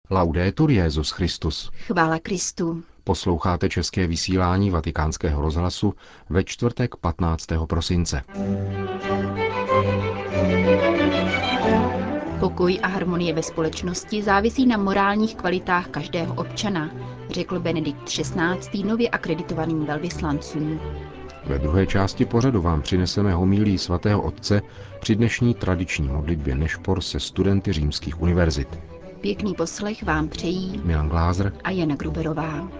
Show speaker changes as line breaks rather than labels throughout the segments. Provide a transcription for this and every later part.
Laudetur Jesus Christus.
Chvála Kristu.
Posloucháte české vysílání Vatikánského rozhlasu ve čtvrtek 15. prosince.
Pokoj a harmonie ve společnosti závisí na morálních kvalitách každého občana, řekl Benedikt XVI. Nově akreditovaným velvyslancům.
Ve druhé části pořadu vám přineseme homílii svatého otce při dnešní tradiční modlitbě Nešpor se studenty římských univerzit.
Pěkný poslech vám přejí
Milan Glázer
a Jana Gruberová.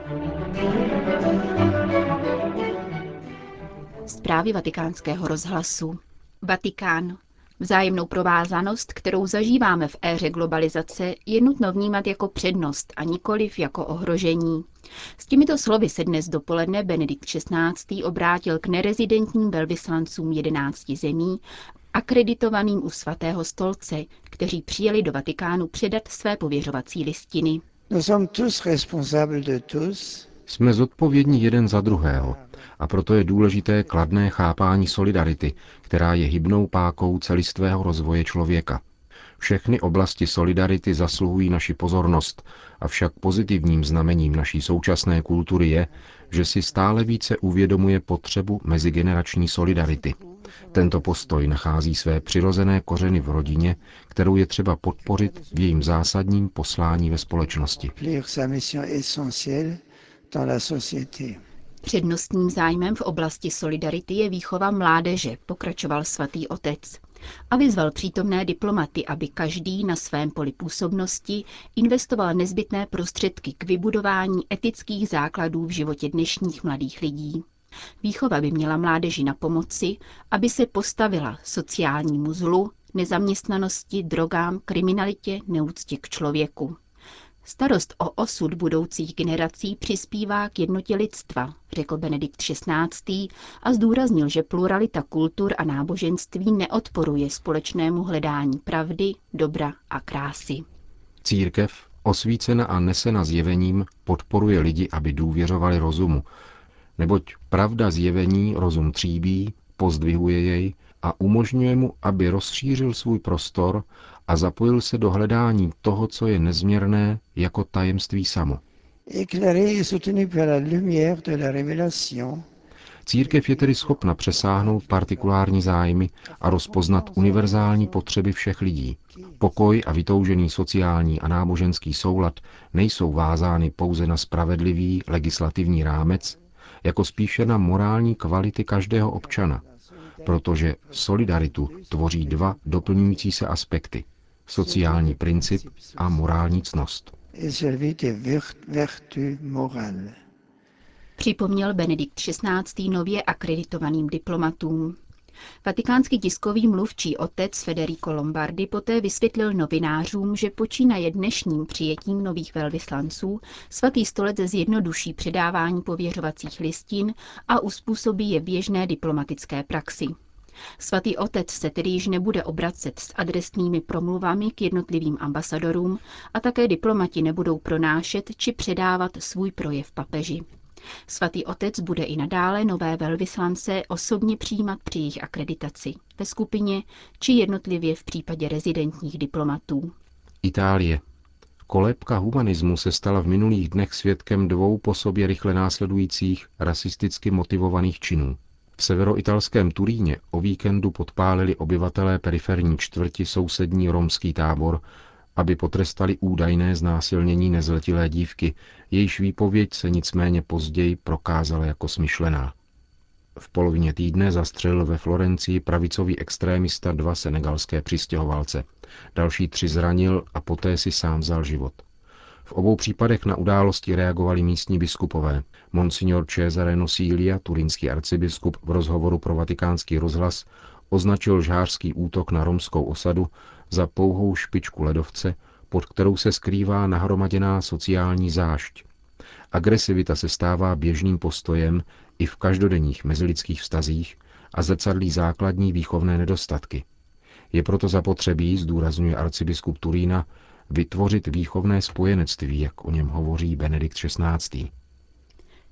Zprávy Vatikánského rozhlasu. Vatikán. Vzájemnou provázanost, kterou zažíváme v éře globalizace, je nutno vnímat jako přednost a nikoliv jako ohrožení. S těmito slovy se dnes dopoledne Benedikt XVI. Obrátil k nerezidentním velvyslancům 11 zemí, akreditovaným u svatého stolce, kteří přijeli do Vatikánu předat své pověřovací listiny.
Jsme zodpovědní jeden za druhého a proto je důležité kladné chápání solidarity, která je hybnou pákou celistvého rozvoje člověka. Všechny oblasti solidarity zasluhují naši pozornost, avšak pozitivním znamením naší současné kultury je, že si stále více uvědomuje potřebu mezigenerační solidarity. Tento postoj nachází své přirozené kořeny v rodině, kterou je třeba podpořit v jejím zásadním poslání ve společnosti.
Přednostním zájmem v oblasti solidarity je výchova mládeže, pokračoval svatý otec. A vyzval přítomné diplomaty, aby každý na svém poli působnosti investoval nezbytné prostředky k vybudování etických základů v životě dnešních mladých lidí. Výchova by měla mládeži na pomoci, aby se postavila sociálnímu zlu, nezaměstnanosti, drogám, kriminalitě, neúctě k člověku. Starost o osud budoucích generací přispívá k jednotě lidstva, řekl Benedikt XVI. A zdůraznil, že pluralita kultur a náboženství neodporuje společnému hledání pravdy, dobra a krásy.
Církev, osvícena a nesena zjevením, podporuje lidi, aby důvěřovali rozumu, neboť pravda zjevení rozum tříbí, pozdvihuje jej a umožňuje mu, aby rozšířil svůj prostor a zapojil se do hledání toho, co je nezměrné, jako tajemství samo. Církev je tedy schopna přesáhnout partikulární zájmy a rozpoznat univerzální potřeby všech lidí. Pokoj a vytoužený sociální a náboženský soulad nejsou vázány pouze na spravedlivý legislativní rámec, jako spíše na morální kvality každého občana, protože solidaritu tvoří dva doplňující se aspekty – sociální princip a morální ctnost.
Připomněl Benedikt XVI. Nově akreditovaným diplomatům. Vatikánský tiskový mluvčí otec Federico Lombardi poté vysvětlil novinářům, že počínaje dnešním přijetím nových velvyslanců svatý stolec zjednoduší předávání pověřovacích listin a uspůsobí je běžné diplomatické praxi. Svatý otec se tedy již nebude obracet s adresnými promluvami k jednotlivým ambasadorům a také diplomati nebudou pronášet či předávat svůj projev papeži. Svatý otec bude i nadále nové velvyslance osobně přijímat při jejich akreditaci, ve skupině či jednotlivě v případě rezidentních diplomatů.
Itálie. Kolébka humanismu se stala v minulých dnech svědkem dvou po sobě rychle následujících rasisticky motivovaných činů. V severoitalském Turíně o víkendu podpálili obyvatelé periferní čtvrti sousední romský tábor, aby potrestali údajné znásilnění nezletilé dívky, jejíž výpověď se nicméně později prokázala jako smyšlená. V polovině týdne zastřelil ve Florencii pravicový extrémista 2 senegalské přistěhovalce. Další 3 zranil a poté si sám vzal život. V obou případech na události reagovali místní biskupové. Monsignor Cesare Nosilia, turínský arcibiskup, v rozhovoru pro Vatikánský rozhlas označil žhářský útok na romskou osadu za pouhou špičku ledovce, pod kterou se skrývá nahromaděná sociální zášť. Agresivita se stává běžným postojem i v každodenních mezilidských vztazích a zrcadlí základní výchovné nedostatky. Je proto zapotřebí, zdůrazňuje arcibiskup Turína, vytvořit výchovné spojenectví, jak o něm hovoří Benedikt XVI.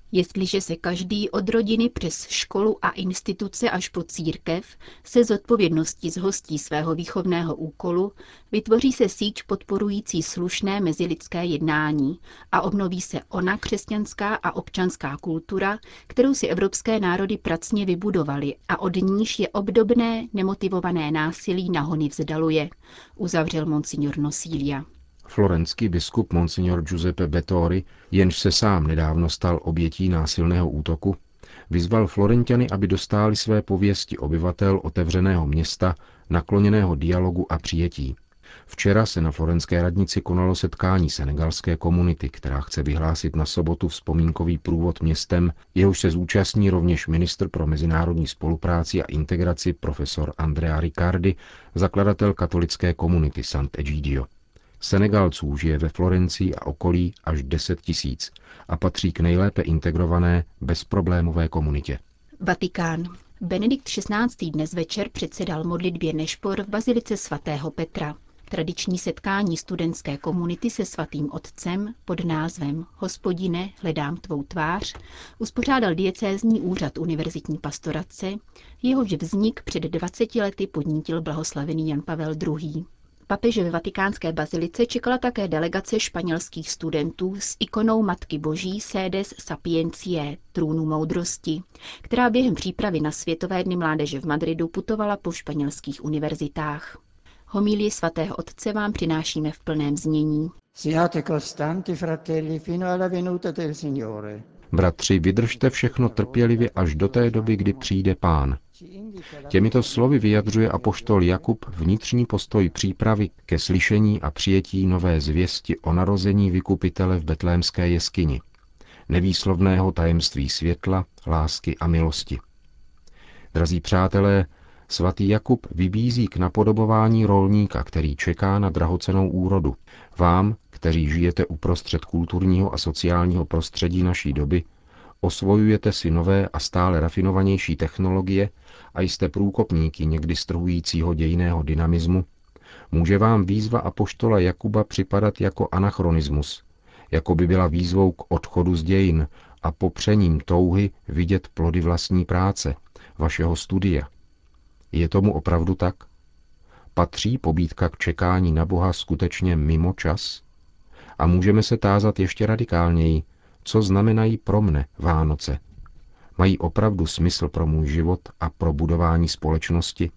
Jestliže se každý od rodiny přes školu a instituce až po církev se zodpovědností zhostí svého výchovného úkolu, vytvoří se síť podporující slušné mezilidské jednání a obnoví se ona křesťanská a občanská kultura, kterou si evropské národy pracně vybudovaly a od níž je obdobné nemotivované násilí na hony vzdaluje, uzavřel monsignor Nosilia.
Florenský biskup monsignor Giuseppe Bettori, jenž se sám nedávno stal obětí násilného útoku, vyzval Florenťany, aby dostáli své pověsti obyvatel otevřeného města, nakloněného dialogu a přijetí. Včera se na florenské radnici konalo setkání senegalské komunity, která chce vyhlásit na sobotu vzpomínkový průvod městem, jehož se zúčastní rovněž ministr pro mezinárodní spolupráci a integraci profesor Andrea Riccardi, zakladatel katolické komunity Sant'Egidio. Senegalců žije ve Florencii a okolí až 10 000 a patří k nejlépe integrované bezproblémové komunitě.
Vatikán. Benedikt XVI. Dnes večer předsedal modlitbě nešpor v bazilice svatého Petra. Tradiční setkání studentské komunity se svatým otcem pod názvem Hospodine, hledám tvou tvář uspořádal diecézní úřad univerzitní pastorace, jehož vznik před 20 lety podnítil blahoslavený Jan Pavel II. Papeže ve vatikánské bazilice čekala také delegace španělských studentů s ikonou Matky Boží Sedes Sapientiae, trůnu moudrosti, která během přípravy na Světové dny mládeže v Madridu putovala po španělských univerzitách. Homílii svatého otce vám přinášíme v plném znění.
Siate costanti, fratelli, fino alla venuta del Signore.
Bratři, vydržte všechno trpělivě až do té doby, kdy přijde Pán. Těmito slovy vyjadřuje apoštol Jakub vnitřní postoj přípravy ke slyšení a přijetí nové zvěsti o narození vykupitele v betlémské jeskyni, nevýslovného tajemství světla, lásky a milosti. Drazí přátelé, svatý Jakub vybízí k napodobování rolníka, který čeká na drahocennou úrodu. Vám, kteří žijete uprostřed kulturního a sociálního prostředí naší doby, osvojujete si nové a stále rafinovanější technologie a jste průkopníky někdy strhujícího dějinného dynamismu, může vám výzva apoštola Jakuba připadat jako anachronismus, jako by byla výzvou k odchodu z dějin a popřením touhy vidět plody vlastní práce, vašeho studia. Je tomu opravdu tak? Patří pobídka k čekání na Boha skutečně mimo čas? A můžeme se tázat ještě radikálněji, co znamenají pro mne Vánoce? Mají opravdu smysl pro můj život a pro budování společnosti?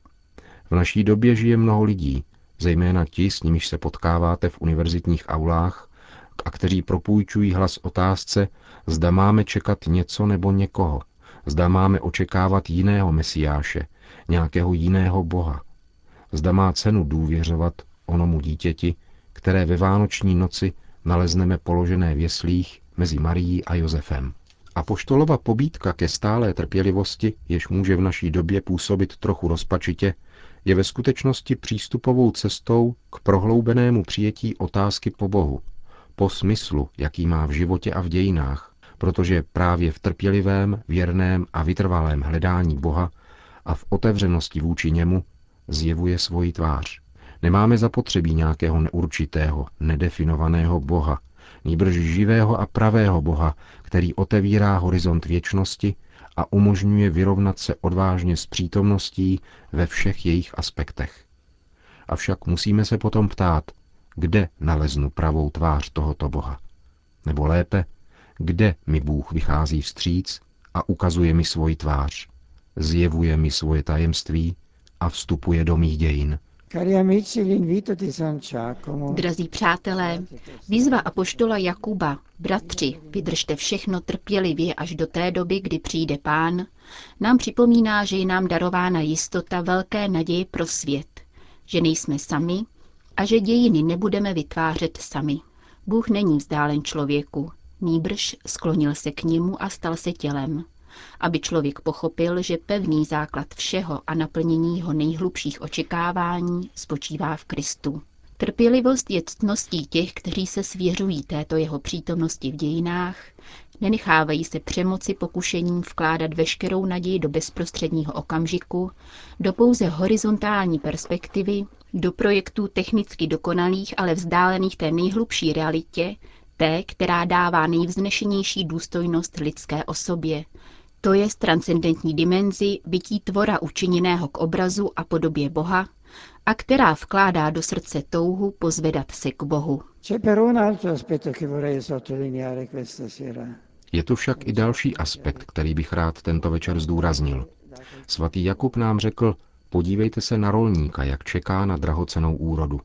V naší době žije mnoho lidí, zejména ti, s nimiž se potkáváte v univerzitních aulách a kteří propůjčují hlas otázce, zda máme čekat něco nebo někoho, zda máme očekávat jiného mesiáše, nějakého jiného Boha, zda má cenu důvěřovat onomu dítěti, které ve vánoční noci nalezneme položené v jeslích mezi Marií a Josefem. Apoštolova pobídka ke stálé trpělivosti, jež může v naší době působit trochu rozpačitě, je ve skutečnosti přístupovou cestou k prohloubenému přijetí otázky po Bohu, po smyslu, jaký má v životě a v dějinách, protože právě v trpělivém, věrném a vytrvalém hledání Boha a v otevřenosti vůči němu zjevuje svoji tvář. Nemáme zapotřebí nějakého neurčitého, nedefinovaného Boha, nýbrž živého a pravého Boha, který otevírá horizont věčnosti a umožňuje vyrovnat se odvážně s přítomností ve všech jejich aspektech. Avšak musíme se potom ptát, kde naleznu pravou tvář tohoto Boha? Nebo lépe, kde mi Bůh vychází vstříc a ukazuje mi svoji tvář, zjevuje mi svoje tajemství a vstupuje do mých dějin.
Drazí přátelé, výzva apoštola Jakuba, bratři, vydržte všechno trpělivě až do té doby, kdy přijde Pán, nám připomíná, že je nám darována jistota velké naděje pro svět, že nejsme sami a že dějiny nebudeme vytvářet sami. Bůh není vzdálen člověku, nýbrž sklonil se k němu a stal se tělem, aby člověk pochopil, že pevný základ všeho a naplnění jeho nejhlubších očekávání spočívá v Kristu. Trpělivost je ctností těch, kteří se svěřují této jeho přítomnosti v dějinách, nenechávají se přemoci pokušením vkládat veškerou naději do bezprostředního okamžiku, do pouze horizontální perspektivy, do projektů technicky dokonalých, ale vzdálených té nejhlubší realitě, té, která dává nejvznešenější důstojnost lidské osobě, to je transcendentní dimenzi bytí tvora učiněného k obrazu a podobě Boha a která vkládá do srdce touhu pozvedat se k Bohu.
Je tu však i další aspekt, který bych rád tento večer zdůraznil. Svatý Jakub nám řekl, podívejte se na rolníka, jak čeká na drahocennou úrodu.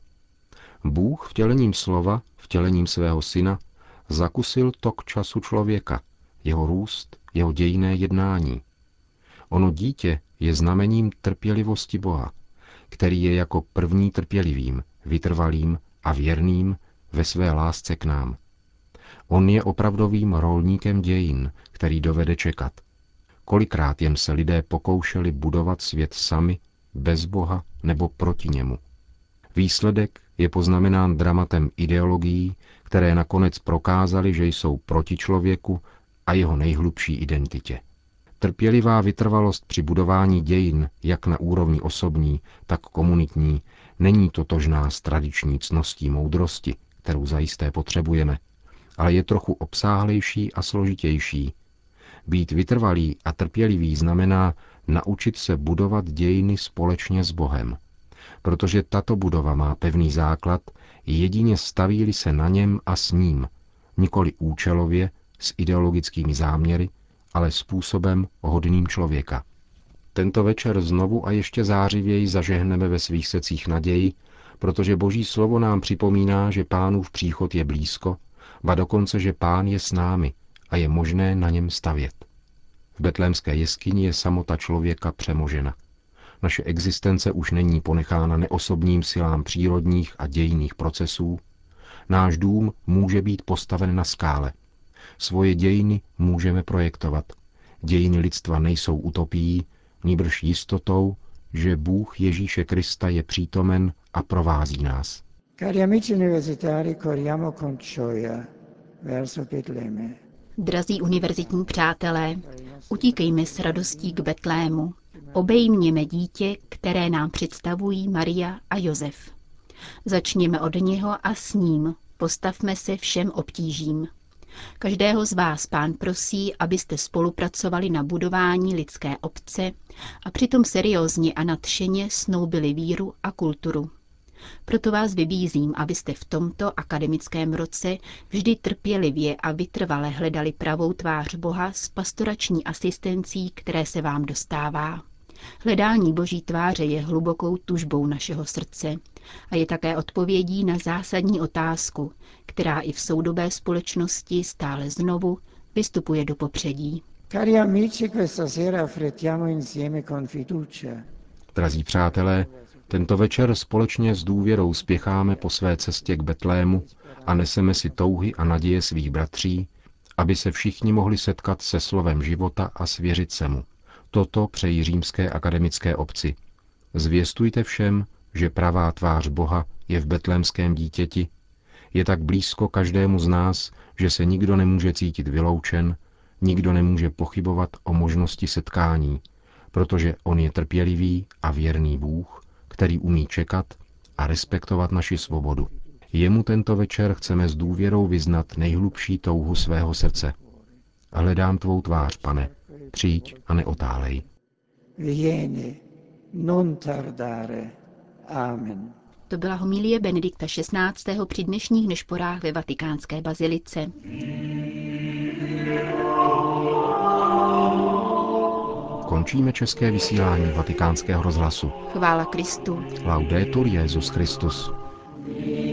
Bůh vtělením slova, vtělením svého syna, zakusil tok času člověka, jeho růst, jeho dějinné jednání. Ono dítě je znamením trpělivosti Boha, který je jako první trpělivým, vytrvalým a věrným ve své lásce k nám. On je opravdovým rolníkem dějin, který dovede čekat. Kolikrát jen se lidé pokoušeli budovat svět sami, bez Boha nebo proti němu. Výsledek je poznamenán dramatem ideologií, které nakonec prokázaly, že jsou proti člověku a jeho nejhlubší identitě. Trpělivá vytrvalost při budování dějin, jak na úrovni osobní, tak komunitní, není totožná s tradiční ctností moudrosti, kterou zajisté potřebujeme, ale je trochu obsáhlejší a složitější. Být vytrvalý a trpělivý znamená naučit se budovat dějiny společně s Bohem, protože tato budova má pevný základ, jedině staví-li se na něm a s ním, nikoli účelově, s ideologickými záměry, ale způsobem hodným člověka. Tento večer znovu a ještě zářivěji zažehneme ve svých secích naději, protože Boží slovo nám připomíná, že Pánův příchod je blízko, ba dokonce, že Pán je s námi a je možné na něm stavět. V betlémské jeskyni je samota člověka přemožena. Naše existence už není ponechána neosobním silám přírodních a dějinných procesů. Náš dům může být postaven na skále. Svoje dějiny můžeme projektovat. Dějiny lidstva nejsou utopií, nýbrž jistotou, že Bůh Ježíše Krista je přítomen a provází nás.
Cari amici universitari, corriamo con gioia verso Betlemme.
Drazí univerzitní přátelé, utíkejme s radostí k Betlému. Obejměme dítě, které nám představují Maria a Josef. Začněme od něho a s ním postavme se všem obtížím. Každého z vás Pán prosí, abyste spolupracovali na budování lidské obce a přitom seriózně a nadšeně snoubili víru a kulturu. Proto vás vybízím, abyste v tomto akademickém roce vždy trpělivě a vytrvale hledali pravou tvář Boha s pastorační asistencí, které se vám dostává. Hledání Boží tváře je hlubokou tužbou našeho srdce a je také odpovědí na zásadní otázku, která i v soudobé společnosti stále znovu vystupuje do popředí.
Cari amici, questa sera affrettiamo insieme con fiducia.
Drazí přátelé, tento večer společně s důvěrou spěcháme po své cestě k Betlému a neseme si touhy a naděje svých bratří, aby se všichni mohli setkat se slovem života a svěřit se mu. Toto přejí římské akademické obci. Zvěstujte všem, že pravá tvář Boha je v betlémském dítěti, je tak blízko každému z nás, že se nikdo nemůže cítit vyloučen, nikdo nemůže pochybovat o možnosti setkání, protože on je trpělivý a věrný Bůh, který umí čekat a respektovat naši svobodu. Jemu tento večer chceme s důvěrou vyznat nejhlubší touhu svého srdce. Hledám tvou tvář, Pane, přijď a neotálej.
Vieni, non tardare. Amen.
To byla homilie Benedikta XVI. Při dnešních nešporách ve Vatikánské bazilice.
Končíme české vysílání Vatikánského rozhlasu.
Chvála Kristu.
Laudetur Jesus Christus.